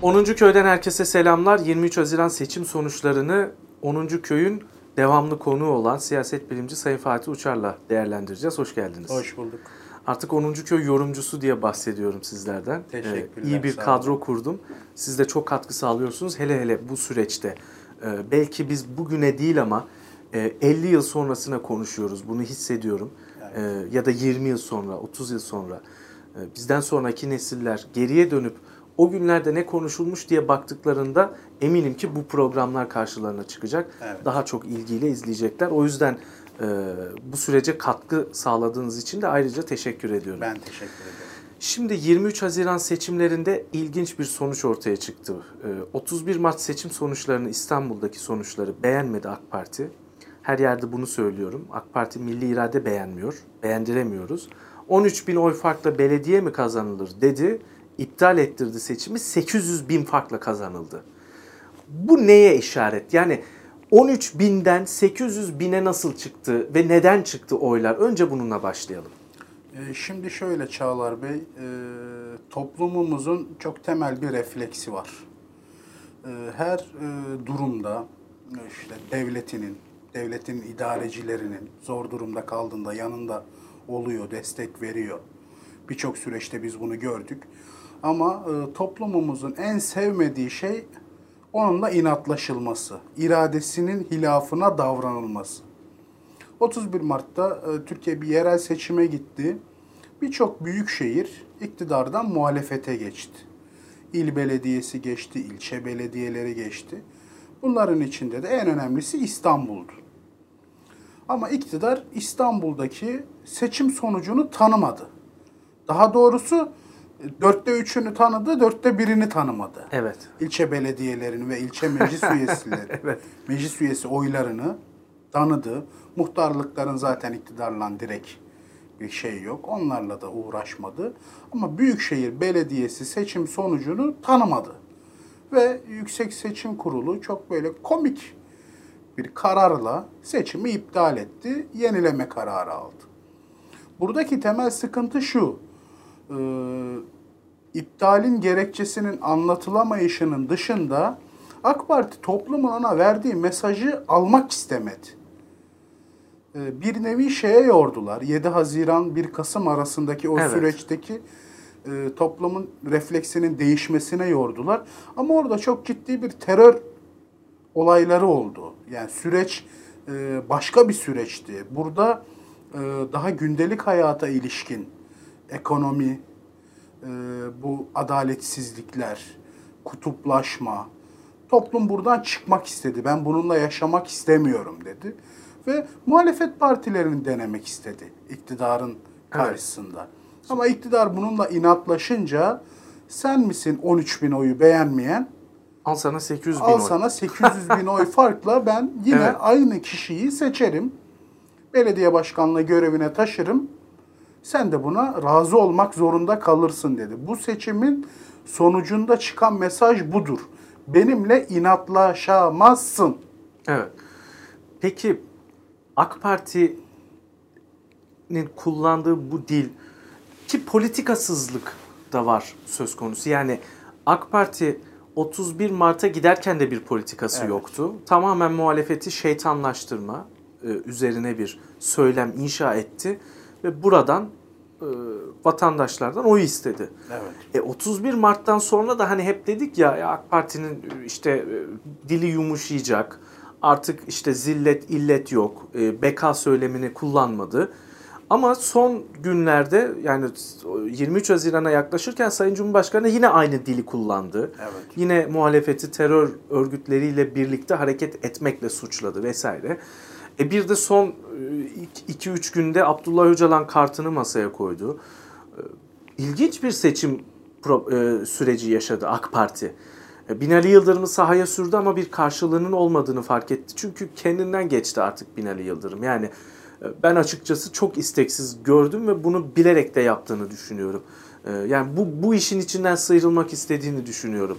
10. Köy'den herkese selamlar. 23 Haziran seçim sonuçlarını 10. Köy'ün devamlı konuğu olan siyaset bilimci Sayın Fatih Uçar'la değerlendireceğiz. Hoş geldiniz. Hoş bulduk. Artık 10. Köy yorumcusu diye bahsediyorum sizlerden. Teşekkürler. İyi bir kadro kurdum. Siz de çok katkı sağlıyorsunuz. Hele hele bu süreçte. Belki biz bugüne değil ama 50 yıl sonrasına konuşuyoruz. Bunu hissediyorum. Evet. Ya da 20 yıl sonra, 30 yıl sonra. Bizden sonraki nesiller geriye dönüp o günlerde ne konuşulmuş diye baktıklarında eminim ki bu programlar karşılarına çıkacak. Evet. Daha çok ilgiyle izleyecekler. O yüzden bu sürece katkı sağladığınız için de ayrıca teşekkür ediyorum. Ben teşekkür ederim. Şimdi 23 Haziran seçimlerinde ilginç bir sonuç ortaya çıktı. 31 Mart seçim sonuçlarını, İstanbul'daki sonuçları beğenmedi AK Parti. Her yerde bunu söylüyorum. AK Parti milli irade beğenmiyor, beğendiremiyoruz. 13 bin oy farkla belediye mi kazanılır dedi. İptal ettirdi seçimi, 800 bin farkla kazanıldı. Bu neye işaret? Yani 13 binden 800 bine nasıl çıktı ve neden çıktı oylar? Önce bununla başlayalım. Şimdi şöyle Çağlar Bey, toplumumuzun çok temel bir refleksi var. Her durumda işte devletin idarecilerinin zor durumda kaldığında yanında oluyor, destek veriyor. Birçok süreçte biz bunu gördük. Ama toplumumuzun en sevmediği şey onunla inatlaşılması, iradesinin hilafına davranılması. 31 Mart'ta Türkiye bir yerel seçime gitti. Birçok büyük şehir iktidardan muhalefete geçti. İl belediyesi geçti, ilçe belediyeleri geçti. Bunların içinde de en önemlisi İstanbul'du. Ama iktidar İstanbul'daki seçim sonucunu tanımadı. Daha doğrusu 3'ünü tanıdı, 1'ini tanımadı. Evet. İlçe belediyelerini ve ilçe meclis üyesileri, evet. Meclis üyesi oylarını tanıdı. Muhtarlıkların zaten iktidarla direkt bir şey yok. Onlarla da uğraşmadı. Ama Büyükşehir Belediyesi seçim sonucunu tanımadı. Ve Yüksek Seçim Kurulu çok böyle komik bir kararla seçimi iptal etti. Yenileme kararı aldı. Buradaki temel sıkıntı şu. İptalin gerekçesinin anlatılamayışının dışında AK Parti toplumun ona verdiği mesajı almak istemedi. Bir nevi şeye yordular. 7 Haziran 1 Kasım arasındaki o süreçteki toplumun refleksinin değişmesine yordular. Ama orada çok ciddi bir terör olayları oldu. Yani süreç başka bir süreçti. Burada daha gündelik hayata ilişkin ekonomi, bu adaletsizlikler, kutuplaşma, toplum buradan çıkmak istedi. Ben bununla yaşamak istemiyorum dedi. Ve muhalefet partilerini denemek istedi iktidarın karşısında. Evet. Ama iktidar bununla inatlaşınca sen misin 13 bin oyu beğenmeyen? Al sana 800 bin oy. Al sana 800 bin oy farkla ben yine aynı kişiyi seçerim. Belediye başkanlığı görevine taşırım. Sen de buna razı olmak zorunda kalırsın dedi. Bu seçimin sonucunda çıkan mesaj budur. Benimle inatlaşamazsın. Evet. Peki AK Parti'nin kullandığı bu dil ki politikasızlık da var söz konusu. Yani AK Parti 31 Mart'a giderken de bir politikası yoktu. Tamamen muhalefeti şeytanlaştırma üzerine bir söylem inşa etti ve buradan vatandaşlardan oy istedi. Evet. 31 Mart'tan sonra da hani hep dedik ya AK Parti'nin işte dili yumuşayacak. Artık işte zillet illet yok. Beka söylemini kullanmadı. Ama son günlerde yani 23 Haziran'a yaklaşırken Sayın Cumhurbaşkanı yine aynı dili kullandı. Evet. Yine muhalefeti terör örgütleriyle birlikte hareket etmekle suçladı vesaire. Bir de son 2-3 günde Abdullah Öcalan kartını masaya koydu. İlginç bir seçim süreci yaşadı AK Parti. Binali Yıldırım'ı sahaya sürdü ama bir karşılığının olmadığını fark etti. Çünkü kendinden geçti artık Binali Yıldırım. Yani ben açıkçası çok isteksiz gördüm ve bunu bilerek de yaptığını düşünüyorum. Yani bu işin içinden sıyrılmak istediğini düşünüyorum.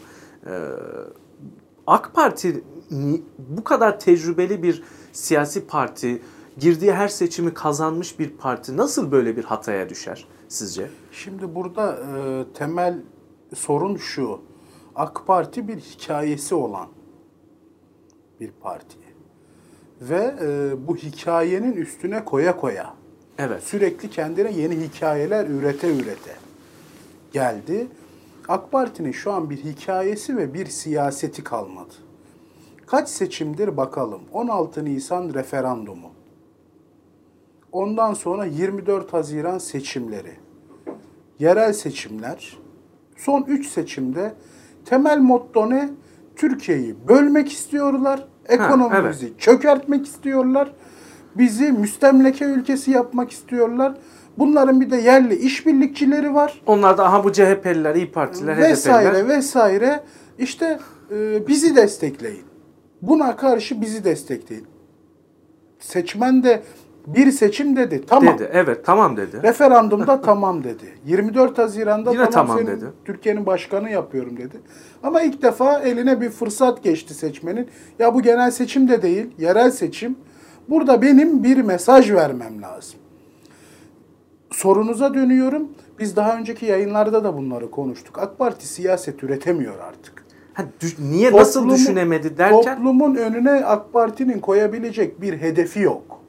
AK Parti bu kadar tecrübeli bir siyasi parti, girdiği her seçimi kazanmış bir parti nasıl böyle bir hataya düşer sizce? Şimdi burada temel sorun şu. AK Parti bir hikayesi olan bir parti. Ve bu hikayenin üstüne koya koya Evet. sürekli kendine yeni hikayeler ürete geldi. AK Parti'nin şu an bir hikayesi ve bir siyaseti kalmadı. Kaç seçimdir bakalım. 16 Nisan referandumu. Ondan sonra 24 Haziran seçimleri. Yerel seçimler. Son 3 seçimde temel motto ne? Türkiye'yi bölmek istiyorlar. Ekonomimizi çökertmek istiyorlar. Bizi müstemleke ülkesi yapmak istiyorlar. Bunların bir de yerli işbirlikçileri var. Onlar da aha bu CHP'liler, İYİ Partiler, vesaire HDP'liler. vesaire. İşte bizi destekleyin. Buna karşı bizi destekleyin. Seçmen de bir seçim dedi. Tamam. Dedi. Evet, tamam dedi. Referandumda tamam dedi. 24 Haziran'da Yine tamam senin dedi. Türkiye'nin başkanı yapıyorum dedi. Ama ilk defa eline bir fırsat geçti seçmenin. Ya bu genel seçim de değil, yerel seçim. Burada benim bir mesaj vermem lazım. Sorunuza dönüyorum. Biz daha önceki yayınlarda da bunları konuştuk. AK Parti siyaset üretemiyor artık. Niye, nasıl düşünemedi derken? Toplumun önüne AK Parti'nin koyabilecek bir hedefi yok.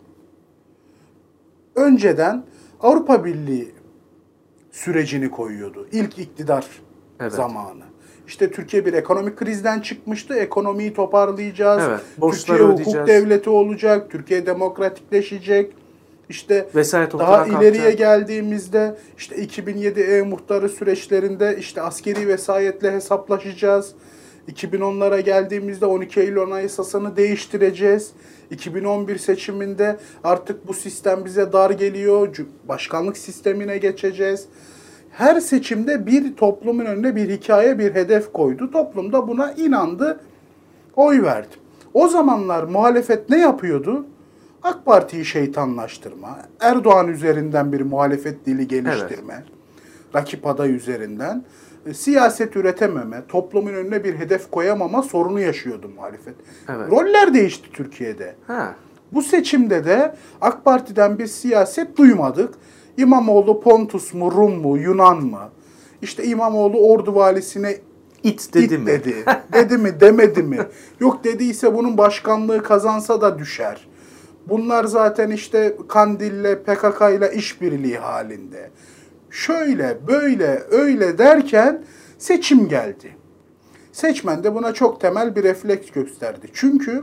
Önceden Avrupa Birliği sürecini koyuyordu. İlk iktidar zamanı. İşte Türkiye bir ekonomik krizden çıkmıştı. Ekonomiyi toparlayacağız. Evet, Türkiye hukuk devleti olacak. Türkiye demokratikleşecek. İşte daha ileriye geldiğimizde işte 2007 muhtarı süreçlerinde işte askeri vesayetle hesaplaşacağız. 2010'lara geldiğimizde 12 Eylül Anayasası'nı değiştireceğiz. 2011 seçiminde artık bu sistem bize dar geliyor. Başkanlık sistemine geçeceğiz. Her seçimde bir toplumun önüne bir hikaye, bir hedef koydu. Toplum da buna inandı, oy verdi. O zamanlar muhalefet ne yapıyordu? AK Parti'yi şeytanlaştırma, Erdoğan üzerinden bir muhalefet dili geliştirme, rakip aday üzerinden siyaset üretememe, toplumun önüne bir hedef koyamama sorunu yaşıyordu muhalefet. Evet. Roller değişti Türkiye'de. Bu seçimde de AK Parti'den bir siyaset duymadık. İmamoğlu Pontus mu, Rum mu, Yunan mı? İşte İmamoğlu Ordu valisine it dedi mi? Dedi mi, demedi mi? Yok dediyse bunun başkanlığı kazansa da düşer. Bunlar zaten işte Kandil'le, PKK'yla işbirliği halinde. Şöyle, böyle, öyle derken seçim geldi. Seçmen de buna çok temel bir refleks gösterdi. Çünkü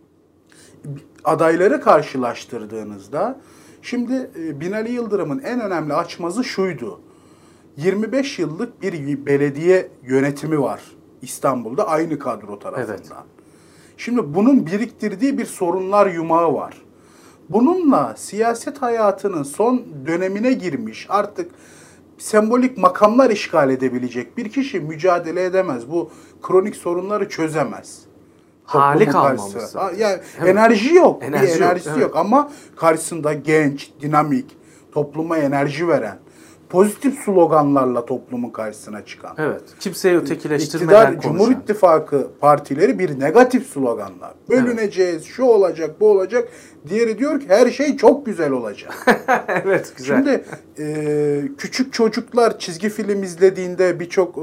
adayları karşılaştırdığınızda şimdi Binali Yıldırım'ın en önemli açmazı şuydu. 25 yıllık bir belediye yönetimi var İstanbul'da aynı kadro tarafından. Evet. Şimdi bunun biriktirdiği bir sorunlar yumağı var. Bununla siyaset hayatının son dönemine girmiş, artık sembolik makamlar işgal edebilecek bir kişi mücadele edemez. Bu kronik sorunları çözemez. Hali kalmamış. Yani enerji yok. Enerjisi yok ama karşısında genç, dinamik, topluma enerji veren, pozitif sloganlarla toplumun karşısına çıkan. Evet. Kimseyi ötekileştirmeden konuşan. Cumhur İttifakı partileri bir negatif sloganlar. Bölüneceğiz, şu olacak, bu olacak. Diğeri diyor ki her şey çok güzel olacak. Evet, güzel. Şimdi küçük çocuklar çizgi film izlediğinde birçok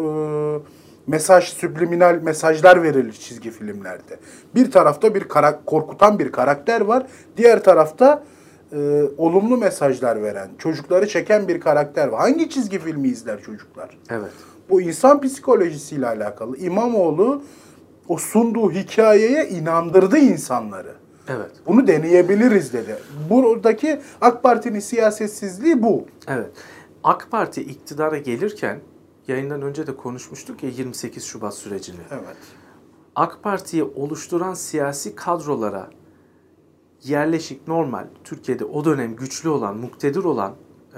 subliminal mesajlar verilir çizgi filmlerde. Bir tarafta korkutan bir karakter var. Diğer tarafta olumlu mesajlar veren, çocukları çeken bir karakter var. Hangi çizgi filmi izler çocuklar? Evet. Bu insan psikolojisiyle alakalı. İmamoğlu o sunduğu hikayeye inandırdı insanları. Evet. Bunu deneyebiliriz dedi. Buradaki AK Parti'nin siyasetsizliği bu. Evet. AK Parti iktidara gelirken yayından önce de konuşmuştuk ya 28 Şubat sürecini. Evet. AK Parti'yi oluşturan siyasi kadrolara yerleşik, normal, Türkiye'de o dönem güçlü olan, muktedir olan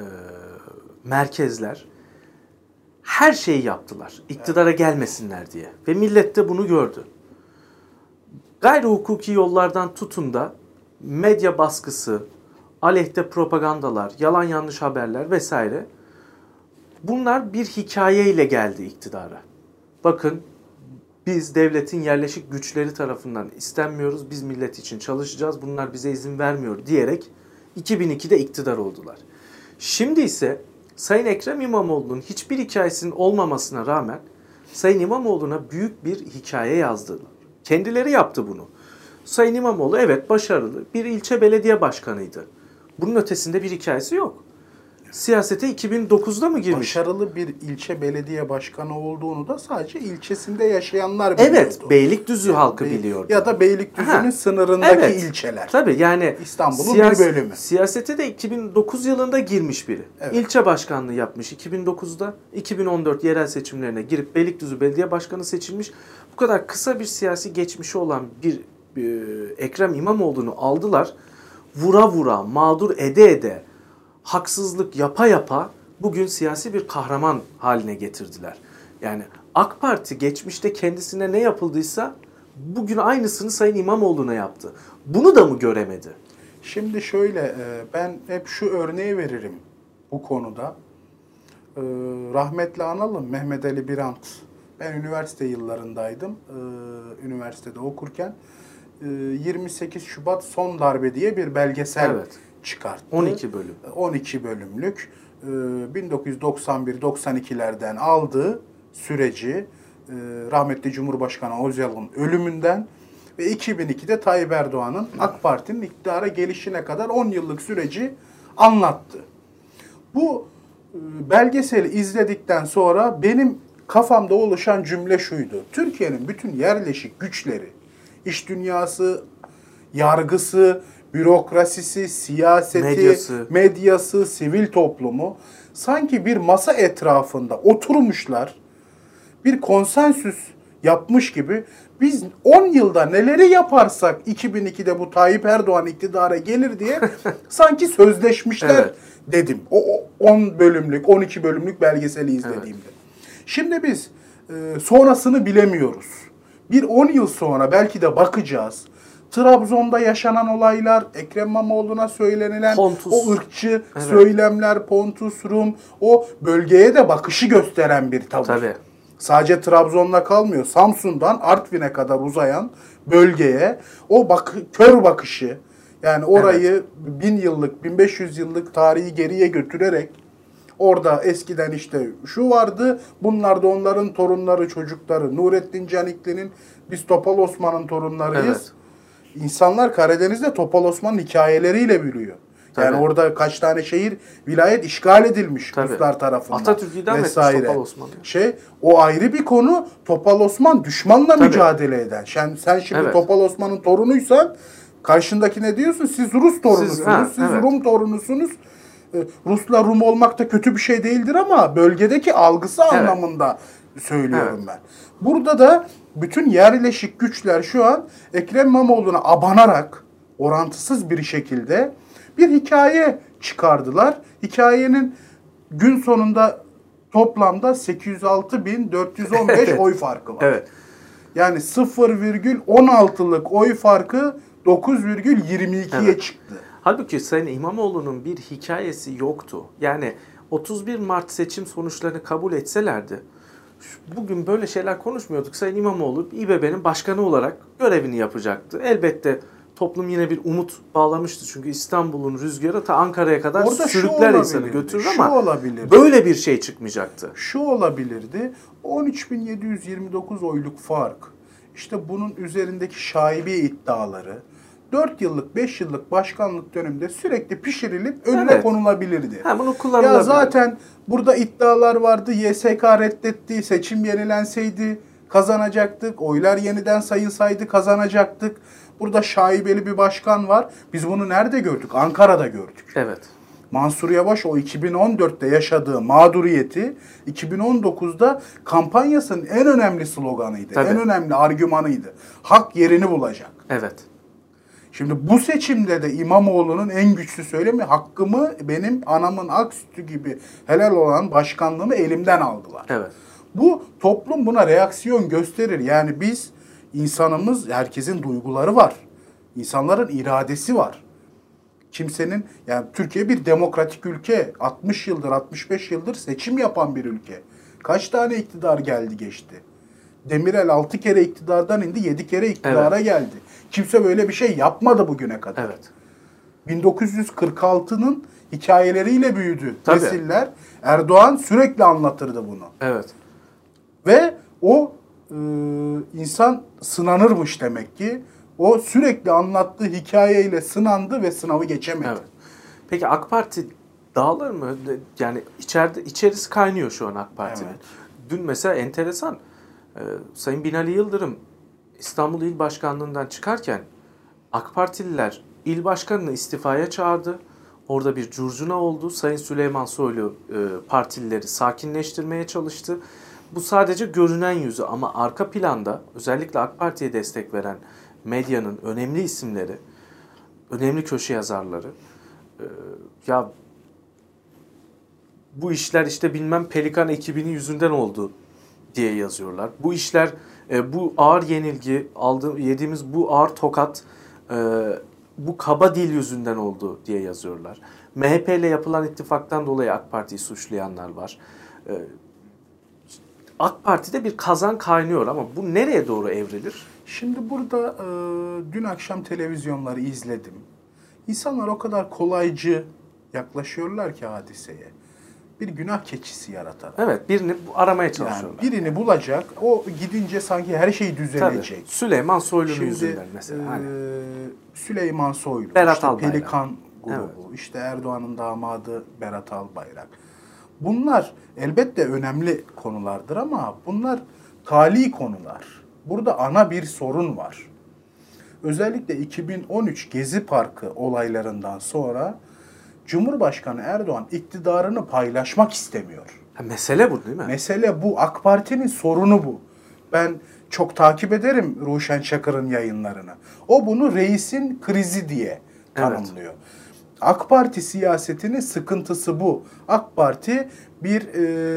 merkezler her şeyi yaptılar. İktidara gelmesinler diye. Ve millet de bunu gördü. Gayri hukuki yollardan tutun da medya baskısı, aleyhte propagandalar, yalan yanlış haberler vesaire. Bunlar bir hikayeyle geldi iktidara. Bakın biz devletin yerleşik güçleri tarafından istenmiyoruz, biz millet için çalışacağız, bunlar bize izin vermiyor diyerek 2002'de iktidar oldular. Şimdi ise Sayın Ekrem İmamoğlu'nun hiçbir hikayesinin olmamasına rağmen Sayın İmamoğlu'na büyük bir hikaye yazdılar. Kendileri yaptı bunu. Sayın İmamoğlu evet başarılı bir ilçe belediye başkanıydı. Bunun ötesinde bir hikayesi yok. Siyasete 2009'da mı girmiş? Başarılı bir ilçe belediye başkanı olduğunu da sadece ilçesinde yaşayanlar biliyordu. Evet, Beylikdüzü halkı biliyordu. Ya da Beylikdüzü'nün sınırındaki ilçeler. Tabii yani İstanbul'un bir bölümü. Siyasete de 2009 yılında girmiş biri. Evet. İlçe başkanlığı yapmış 2009'da. 2014 yerel seçimlerine girip Beylikdüzü belediye başkanı seçilmiş. Bu kadar kısa bir siyasi geçmişi olan bir Ekrem İmamoğlu'nu aldılar. Vura vura, mağdur ede ede, haksızlık yapa yapa bugün siyasi bir kahraman haline getirdiler. Yani AK Parti geçmişte kendisine ne yapıldıysa bugün aynısını Sayın İmamoğlu'na yaptı. Bunu da mı göremedi? Şimdi şöyle, ben hep şu örneği veririm bu konuda. Rahmetli analım Mehmet Ali Birant. Ben üniversite yıllarındaydım. Üniversitede okurken 28 Şubat Son Darbe diye bir belgesel çıkarttı. 12 bölüm. 12 bölümlük. 1991-92'lerden aldığı süreci rahmetli Cumhurbaşkanı Özal'ın ölümünden ve 2002'de Tayyip Erdoğan'ın AK Parti'nin iktidara gelişine kadar 10 yıllık süreci anlattı. Bu belgeseli izledikten sonra benim kafamda oluşan cümle şuydu. Türkiye'nin bütün yerleşik güçleri, iş dünyası, yargısı, bürokrasisi, siyaseti, medyası, sivil toplumu sanki bir masa etrafında oturmuşlar, bir konsensüs yapmış gibi biz 10 yılda neleri yaparsak 2002'de bu Tayyip Erdoğan iktidara gelir diye sanki sözleşmişler dedim. O 10 bölümlük, 12 bölümlük belgeseli izlediğimde. Evet. Şimdi biz sonrasını bilemiyoruz. Bir 10 yıl sonra belki de bakacağız. Trabzon'da yaşanan olaylar, Ekrem İmamoğlu'na söylenilen o ırkçı söylemler, Pontus, Rum, o bölgeye de bakışı gösteren bir tavır. Tabii. Sadece Trabzon'la kalmıyor. Samsun'dan Artvin'e kadar uzayan bölgeye o kör bakışı, yani orayı 1000 yıllık, 1500 yıllık tarihi geriye götürerek orada eskiden işte şu vardı, bunlar da onların torunları, çocukları. Nurettin Canikli'nin biz Topal Osman'ın torunlarıyız. Evet. İnsanlar Karadeniz'de Topal Osman'ın hikayeleriyle biliyor. Yani tabii. Orada kaç tane şehir, vilayet işgal edilmiş Ruslar tarafından. Atatürk'den vesaire. Topal Osman. O ayrı bir konu. Topal Osman düşmanla mücadele eden. Sen şimdi Topal Osman'ın torunuysan karşındaki ne diyorsun? Siz Rus torunusunuz, siz Rum torunusunuz. Rusla Rum olmak da kötü bir şey değildir ama bölgedeki algısı anlamında söylüyorum ben. Burada da bütün yerleşik güçler şu an Ekrem İmamoğlu'na abanarak orantısız bir şekilde bir hikaye çıkardılar. Hikayenin gün sonunda toplamda 806.415 oy farkı var. Evet. Yani 0,16'lık oy farkı 9,22'ye çıktı. Halbuki Sayın İmamoğlu'nun bir hikayesi yoktu. Yani 31 Mart seçim sonuçlarını kabul etselerdi, bugün böyle şeyler konuşmuyorduk. Sayın İmamoğlu İBB'nin başkanı olarak görevini yapacaktı. Elbette toplum yine bir umut bağlamıştı. Çünkü İstanbul'un rüzgarı ta Ankara'ya kadar orada sürükler insanı götürür ama böyle bir şey çıkmayacaktı. Şu olabilirdi. 13.729 oyluk fark. İşte bunun üzerindeki şaibe iddiaları 4 yıllık, 5 yıllık başkanlık döneminde sürekli pişirilip önüne konulabilirdi. Bunu kullanılabilir. Ya zaten burada iddialar vardı. YSK reddetti, seçim yenilenseydi kazanacaktık. Oylar yeniden sayılsaydı kazanacaktık. Burada şaibeli bir başkan var. Biz bunu nerede gördük? Ankara'da gördük. Evet. Mansur Yavaş o 2014'te yaşadığı mağduriyeti 2019'da kampanyasının en önemli sloganıydı. Tabii. En önemli argümanıydı. Hak yerini bulacak. Evet. Şimdi bu seçimde de İmamoğlu'nun en güçlü söylemi hakkımı benim anamın ak sütü gibi helal olan başkanlığımı elimden aldılar. Evet. Bu toplum buna reaksiyon gösterir. Yani biz insanımız, herkesin duyguları var. İnsanların iradesi var. Kimsenin, yani Türkiye bir demokratik ülke. 60 yıldır, 65 yıldır seçim yapan bir ülke. Kaç tane iktidar geldi geçti? Demirel 6 kere iktidardan indi, 7 kere iktidara geldi. Kimse böyle bir şey yapmadı bugüne kadar. Evet. 1946'nın hikayeleriyle büyüdü nesiller. Erdoğan sürekli anlatırdı bunu. Evet. Ve O insan sınanırmış demek ki. O sürekli anlattığı hikayeyle sınandı ve sınavı geçemedi. Evet. Peki AK Parti dağılır mı? Yani içerisi kaynıyor şu an AK Parti'nin. Evet. Dün mesela enteresan, Sayın Binali Yıldırım İstanbul İl Başkanlığı'ndan çıkarken AK Partililer il başkanını istifaya çağırdı. Orada bir curcuna oldu. Sayın Süleyman Soylu partilileri sakinleştirmeye çalıştı. Bu sadece görünen yüzü ama arka planda özellikle AK Parti'ye destek veren medyanın önemli isimleri, önemli köşe yazarları ya bu işler işte bilmem Pelikan ekibinin yüzünden oldu diye yazıyorlar. Bu işler bu ağır yenilgi, yediğimiz bu ağır tokat bu kaba dil yüzünden oldu diye yazıyorlar. MHP ile yapılan ittifaktan dolayı AK Parti'yi suçlayanlar var. AK Parti'de bir kazan kaynıyor ama bu nereye doğru evrilir? Şimdi burada dün akşam televizyonları izledim. İnsanlar o kadar kolaycı yaklaşıyorlar ki hadiseye. Bir günah keçisi yaratarak. Evet, birini aramaya çalışıyorlar. Yani birini bulacak, o gidince sanki her şey düzelecek. Tabii. Süleyman Soylu'nun yüzünden mesela. Hani. Süleyman Soylu, Berat işte Albayrak. Pelikan grubu, Evet. işte Erdoğan'ın damadı Berat Albayrak. Bunlar elbette önemli konulardır ama bunlar tali konular. Burada ana bir sorun var. Özellikle 2013 Gezi Parkı olaylarından sonra Cumhurbaşkanı Erdoğan iktidarını paylaşmak istemiyor. Mesele bu değil mi? Mesele bu. AK Parti'nin sorunu bu. Ben çok takip ederim Ruşen Çakır'ın yayınlarını. O bunu reisin krizi diye tanımlıyor. Evet. AK Parti siyasetinin sıkıntısı bu. AK Parti bir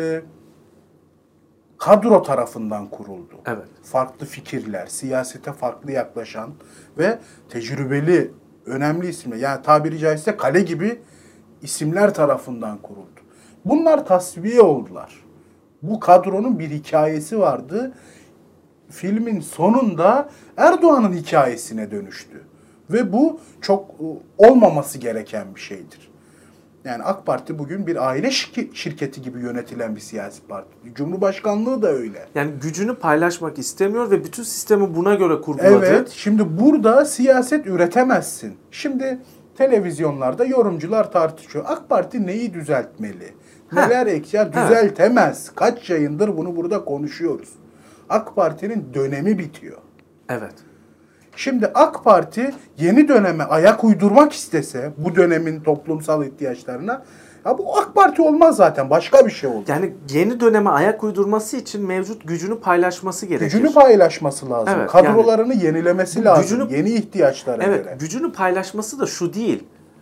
kadro tarafından kuruldu. Evet. Farklı fikirler, siyasete farklı yaklaşan ve tecrübeli, önemli isimler, yani tabiri caizse kale gibi isimler tarafından kuruldu. Bunlar tasfiye oldular. Bu kadronun bir hikayesi vardı. Filmin sonunda Erdoğan'ın hikayesine dönüştü. Ve bu çok olmaması gereken bir şeydir. Yani AK Parti bugün bir aile şirketi gibi yönetilen bir siyasi parti. Cumhurbaşkanlığı da öyle. Yani gücünü paylaşmak istemiyor ve bütün sistemi buna göre kurguladı. Evet, şimdi burada siyaset üretemezsin. Şimdi televizyonlarda yorumcular tartışıyor. AK Parti neyi düzeltmeli? Neler eksik? Düzeltemez. Kaç yayındır bunu burada konuşuyoruz. AK Parti'nin dönemi bitiyor. Evet. Şimdi AK Parti yeni döneme ayak uydurmak istese bu dönemin toplumsal ihtiyaçlarına, ya bu AK Parti olmaz zaten, başka bir şey olur. Yani yeni döneme ayak uydurması için mevcut gücünü paylaşması gerekir. Gücünü paylaşması lazım. Evet, kadrolarını yenilemesi lazım. Yeni ihtiyaçlara göre. Evet, gücünü paylaşması da şu değil.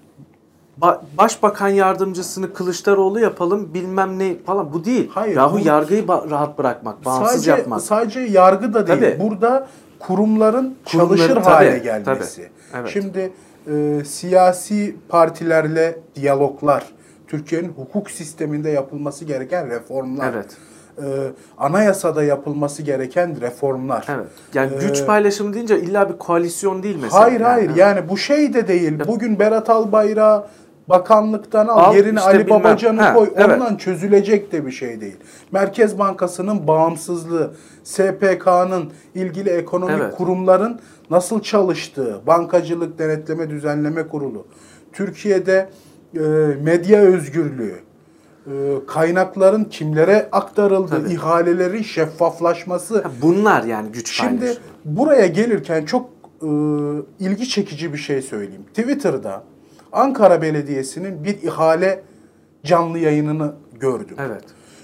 Başbakan yardımcısını Kılıçdaroğlu yapalım bilmem ne falan, bu değil. Hayır, Yahu yargıyı rahat bırakmak, bağımsız yapmak. Sadece yargı da değil. Tabii. Burada kurumların çalışır hale gelmesi. Tabii. Evet. Şimdi siyasi partilerle diyaloglar, Türkiye'nin hukuk sisteminde yapılması gereken reformlar, Evet. Anayasada yapılması gereken reformlar. Evet. Yani güç paylaşımı deyince illa bir koalisyon değil mesela. Hayır. Yani bu şey de değil. Bugün Berat Albayrak'ı bakanlıktan al yerine işte Ali Babacan'ı koy. Evet. Ondan çözülecek de bir şey değil. Merkez Bankası'nın bağımsızlığı, SPK'nın, ilgili ekonomik kurumların nasıl çalıştığı, Bankacılık Denetleme Düzenleme Kurulu, Türkiye'de medya özgürlüğü, kaynakların kimlere aktarıldığı, ihalelerin şeffaflaşması. Bunlar yani güç paylaşımı. Şimdi buraya gelirken çok ilgi çekici bir şey söyleyeyim. Twitter'da Ankara Belediyesi'nin bir ihale canlı yayınını gördüm. Evet.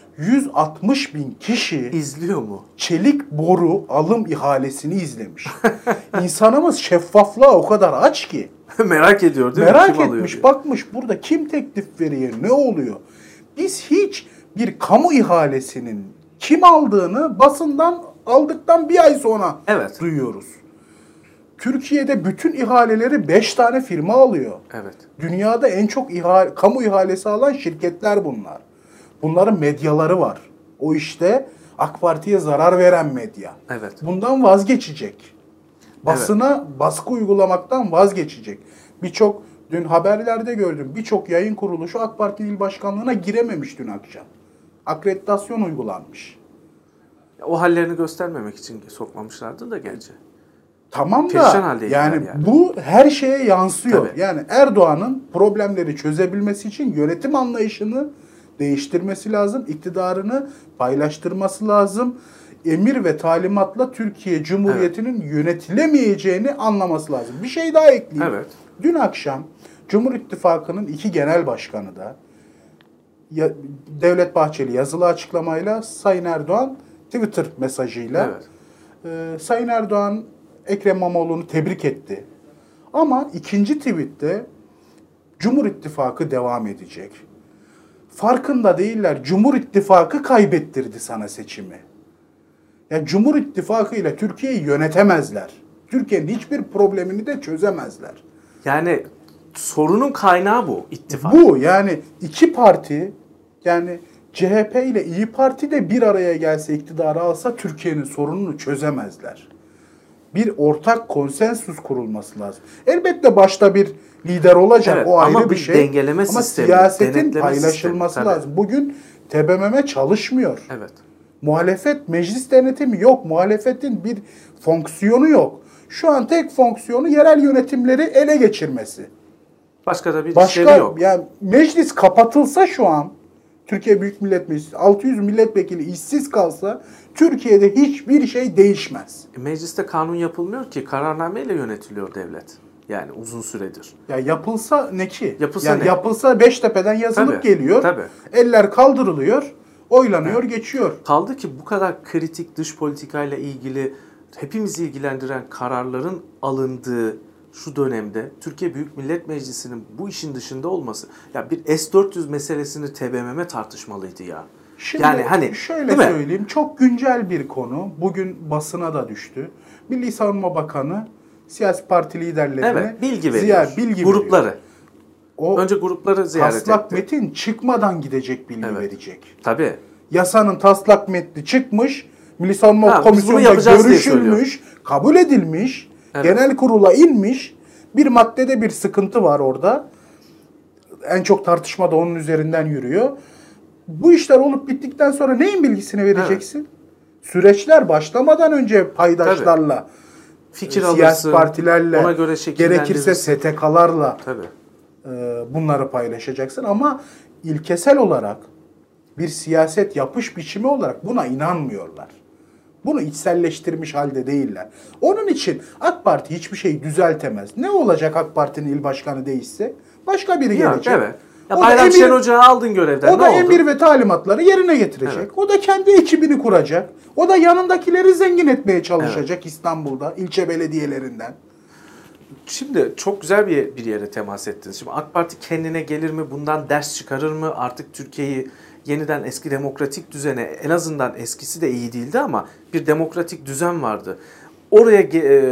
160 bin kişi izliyor mu? Çelik boru alım ihalesini izlemiş. İnsanımız şeffaflığa o kadar aç ki. Merak ediyor değil mi? Merak Kim etmiş, bakmış burada kim teklif veriyor, ne oluyor? Biz hiç bir kamu ihalesinin kim aldığını basından aldıktan bir ay sonra duyuyoruz. Türkiye'de bütün ihaleleri 5 tane firma alıyor. Evet. Dünyada en çok kamu ihalesi alan şirketler bunlar. Bunların medyaları var. O işte AK Parti'ye zarar veren medya. Evet. Bundan vazgeçecek. Basına baskı uygulamaktan vazgeçecek. Dün haberlerde gördüm. Birçok yayın kuruluşu AK Parti il başkanlığına girememiş dün akşam. Akreditasyon uygulanmış. O hallerini göstermemek için sokmamışlardı da gerçi. Tamam Perişan da haldeydiler yani yani. bu her şeye yansıyor. Tabii. Yani Erdoğan'ın problemleri çözebilmesi için yönetim anlayışını değiştirmesi lazım. İktidarını paylaştırması lazım. Emir ve talimatla Türkiye Cumhuriyeti'nin yönetilemeyeceğini anlaması lazım. Bir şey daha ekleyeyim. Evet. Dün akşam Cumhur İttifakı'nın 2 genel başkanı da Devlet Bahçeli yazılı açıklamayla, Sayın Erdoğan Twitter mesajıyla Sayın Erdoğan Ekrem İmamoğlu'nu tebrik etti. Ama ikinci tweette Cumhur İttifakı devam edecek. Farkında değiller. Cumhur İttifakı kaybettirdi sana seçimi. Ya Cumhur İttifakı ile Türkiye'yi yönetemezler. Türkiye'nin hiçbir problemini de çözemezler. Yani sorunun kaynağı bu ittifak. Bu yani iki parti, yani CHP ile İyi Parti de bir araya gelse, iktidarı alsa Türkiye'nin sorununu çözemezler. Bir ortak konsensus kurulması lazım. Elbette başta bir lider olacak, Evet, o ayrı ama bir bir şey. dengeleme Ama sistemi, siyasetin denetleme paylaşılması sistemi, tabii. lazım. Bugün TBMM çalışmıyor. Evet. Muhalefet meclis denetimi yok. Muhalefetin bir fonksiyonu yok. Şu an tek fonksiyonu yerel yönetimleri ele geçirmesi. Başka da bir işlevi yok. Yani meclis kapatılsa şu an, Türkiye Büyük Millet Meclisi 600 milletvekili işsiz kalsa Türkiye'de hiçbir şey değişmez. Mecliste kanun yapılmıyor ki, kararnameyle yönetiliyor devlet. Yani uzun süredir. Ya yapılsa ne ki? Yapılsa yani ne? Yapılsa Beştepe'den yazılıp Tabii, geliyor. tabii. Eller kaldırılıyor, oylanıyor, geçiyor. Kaldı ki bu kadar kritik dış politikayla ilgili hepimizi ilgilendiren kararların alındığı şu dönemde Türkiye Büyük Millet Meclisi'nin bu işin dışında olması, ya bir S-400 meselesini TBMM tartışmalıydı ya. Şimdi yani hani şöyle söyleyeyim, çok güncel bir konu. Bugün basına da düştü. Milli Savunma Bakanı siyasi parti liderlerine bilgi veriyor. Grupları. veriyor. O önce grupları ziyaret taslak etti. metin çıkmadan gidecek, bilgi verecek. Tabii. Yasanın taslak metni çıkmış, Milli Savunma biz bunu Komisyonu'nda yapacağız diye görüşülmüş, kabul edilmiş, Evet. genel kurula inmiş. Bir maddede bir sıkıntı var orada. En çok tartışma da onun üzerinden yürüyor. Bu işler olup bittikten sonra neyin bilgisini vereceksin? Süreçler başlamadan önce paydaşlarla, Fikir siyasi alırsın, partilerle, ona göre gerekirse şekillendirirsin. STK'larla Tabii. bunları paylaşacaksın. Ama ilkesel olarak bir siyaset yapış biçimi olarak buna inanmıyorlar. Bunu içselleştirmiş halde değiller. Onun için AK Parti hiçbir şeyi düzeltemez. Ne olacak AK Parti'nin il başkanı değişse? Başka biri gelecek. Evet. Ya O da Bayram emir- Şenoca'yı aldın görevden. O da ne oldu? emir ve talimatları yerine getirecek. Evet. O da kendi ekibini kuracak. O da yanındakileri zengin etmeye çalışacak İstanbul'da, ilçe belediyelerinden. Şimdi çok güzel bir yere temas ettiniz. Şimdi AK Parti kendine gelir mi? Bundan ders çıkarır mı? Artık Türkiye'yi yeniden eski demokratik düzene, en azından eskisi de iyi değildi ama bir demokratik düzen vardı. Oraya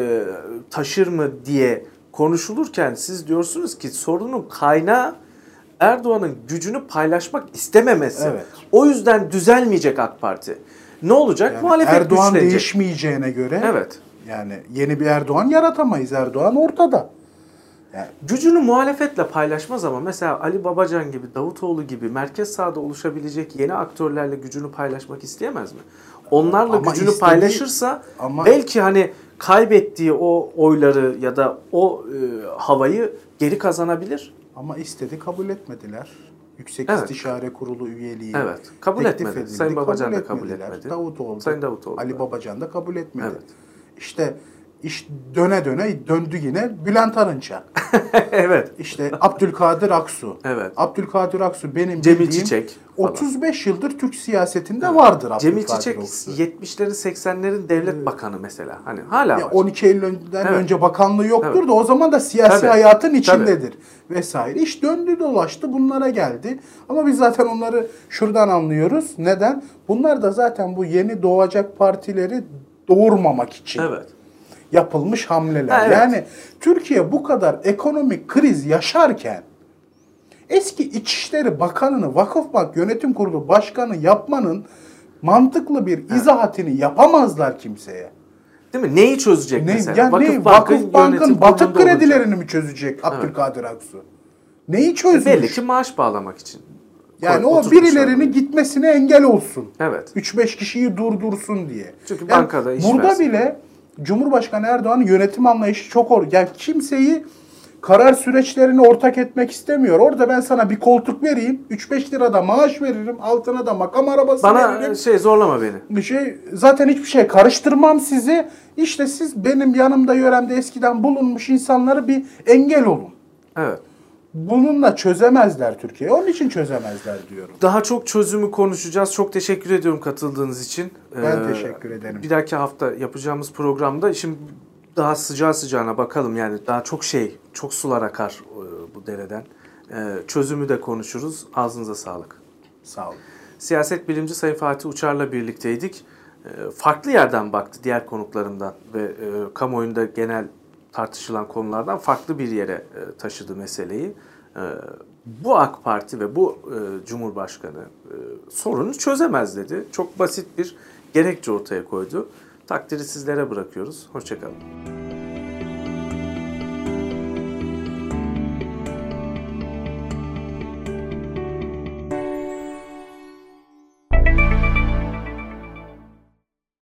taşır mı diye konuşulurken siz diyorsunuz ki sorunun kaynağı Erdoğan'ın gücünü paylaşmak istememesi. Evet. O yüzden düzelmeyecek AK Parti. Ne olacak? Yani Muhalefet Erdoğan güçlenecek. değişmeyeceğine göre Evet. yani yeni bir Erdoğan yaratamayız. Erdoğan ortada. Yani Gücünü muhalefetle paylaşmaz ama mesela Ali Babacan gibi, Davutoğlu gibi merkez sağda oluşabilecek yeni aktörlerle gücünü paylaşmak isteyemez mi? Onlarla Ama gücünü istediği- paylaşırsa ama- belki hani kaybettiği o oyları ya da o havayı geri kazanabilir. ama istedi, kabul etmediler. Yüksek Evet. İstişare Kurulu üyeliği Evet. Kabul teklif etmedi. edildi, Sayın Babacan da kabul etmediler. etmedi. Davutoğlu, Sayın Davutoğlu Ali da. Babacan da kabul etmedi. Evet. İşte iş döne döndü yine Bülent Arınç'a. Evet. İşte Abdülkadir Aksu. Evet. Abdülkadir Aksu benim Cemil bildiğim Çiçek falan. 35 yıldır Türk siyasetinde vardır Abdülkadir Cemil Çiçek Aksu. 70'lerin 80'lerin devlet bakanı mesela. Hani hala Ya var. 12 Eylül'den Evet. önce bakanlığı yoktur Evet. da o zaman da siyasi Tabii. hayatın içindedir vesaire. İş döndü dolaştı bunlara geldi. Ama biz zaten onları şuradan anlıyoruz. Neden? Bunlar da zaten bu yeni doğacak partileri doğurmamak için Evet. yapılmış hamleler. Ha, evet. Yani Türkiye bu kadar ekonomik kriz yaşarken eski İçişleri Bakanı'nı Vakıfbank Yönetim Kurulu Başkanı yapmanın mantıklı bir izahatını yapamazlar kimseye. Değil mi? Neyi çözecek mesela? Yani Vakıfbank'ın Vakıfbank'ın yönetim batık kurulunda kredilerini olacak. mi çözecek Abdülkadir Aksu? Neyi çözmüş? Belli ki maaş bağlamak için Yani o oturtmuşlar birilerini böyle. gitmesine engel olsun. Evet. 3-5 kişiyi durdursun diye. Çünkü bankada iş burada versin. bile Cumhurbaşkanı Erdoğan'ın yönetim anlayışı çok yani kimseyi karar süreçlerini ortak etmek istemiyor. Orada ben sana bir koltuk vereyim, 3-5 lirada maaş veririm, altına da makam arabası Bana veririm. zorlama beni. Zaten hiçbir şey karıştırmam sizi. İşte siz benim yanımda yöremde eskiden bulunmuş insanları bir engel olun. Evet. Bununla çözemezler Türkiye. Onun için çözemezler diyorum. Daha çok çözümü konuşacağız. Çok teşekkür ediyorum katıldığınız için. Ben teşekkür ederim. Bir dahaki hafta yapacağımız programda şimdi daha sıcağı sıcağına bakalım. Yani daha çok sular akar bu dereden. Çözümü de konuşuruz. Ağzınıza sağlık. Sağ olun. Siyaset bilimci Sayın Fatih Uçar'la birlikteydik. Farklı yerden baktı diğer konuklarımdan ve kamuoyunda genel tartışılan konulardan farklı bir yere taşıdı meseleyi. Bu AK Parti ve bu Cumhurbaşkanı sorunu çözemez dedi. Çok basit bir gerekçe ortaya koydu. Takdiri sizlere bırakıyoruz. Hoşça kalın.